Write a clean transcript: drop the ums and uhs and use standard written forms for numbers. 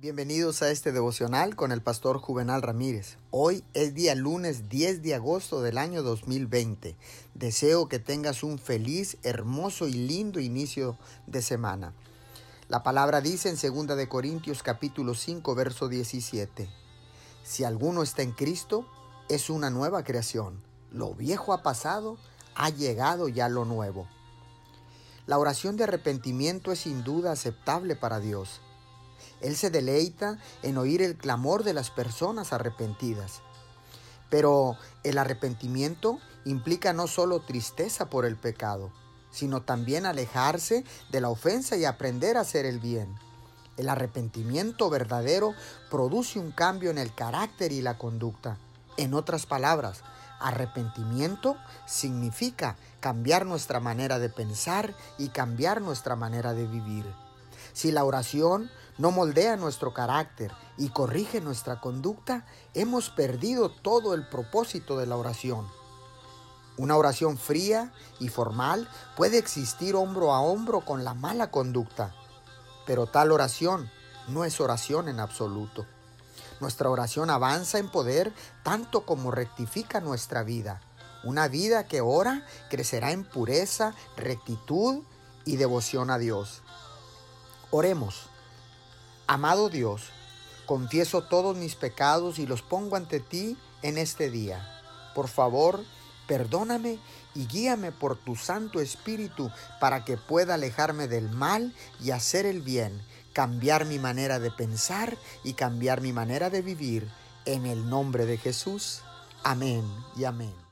Bienvenidos a este devocional con el pastor Juvenal Ramírez. Hoy es día lunes 10 de agosto del año 2020. Deseo que tengas un feliz, hermoso y lindo inicio de semana. La palabra dice en 2 de Corintios capítulo 5 verso 17. Si alguno está en Cristo, es una nueva creación. Lo viejo ha pasado, ha llegado ya lo nuevo. La oración de arrepentimiento es sin duda aceptable para Dios. Él se deleita en oír el clamor de las personas arrepentidas. Pero el arrepentimiento implica no solo tristeza por el pecado, sino también alejarse de la ofensa y aprender a hacer el bien. El arrepentimiento verdadero produce un cambio en el carácter y la conducta. En otras palabras, arrepentimiento significa cambiar nuestra manera de pensar y cambiar nuestra manera de vivir. Si la oración no moldea nuestro carácter y corrige nuestra conducta, hemos perdido todo el propósito de la oración. Una oración fría y formal puede existir hombro a hombro con la mala conducta, pero tal oración no es oración en absoluto. Nuestra oración avanza en poder tanto como rectifica nuestra vida. Una vida que ora crecerá en pureza, rectitud y devoción a Dios. Oremos. Amado Dios, confieso todos mis pecados y los pongo ante ti en este día. Por favor, perdóname y guíame por tu Santo Espíritu para que pueda alejarme del mal y hacer el bien, cambiar mi manera de pensar y cambiar mi manera de vivir. En el nombre de Jesús. Amén y amén.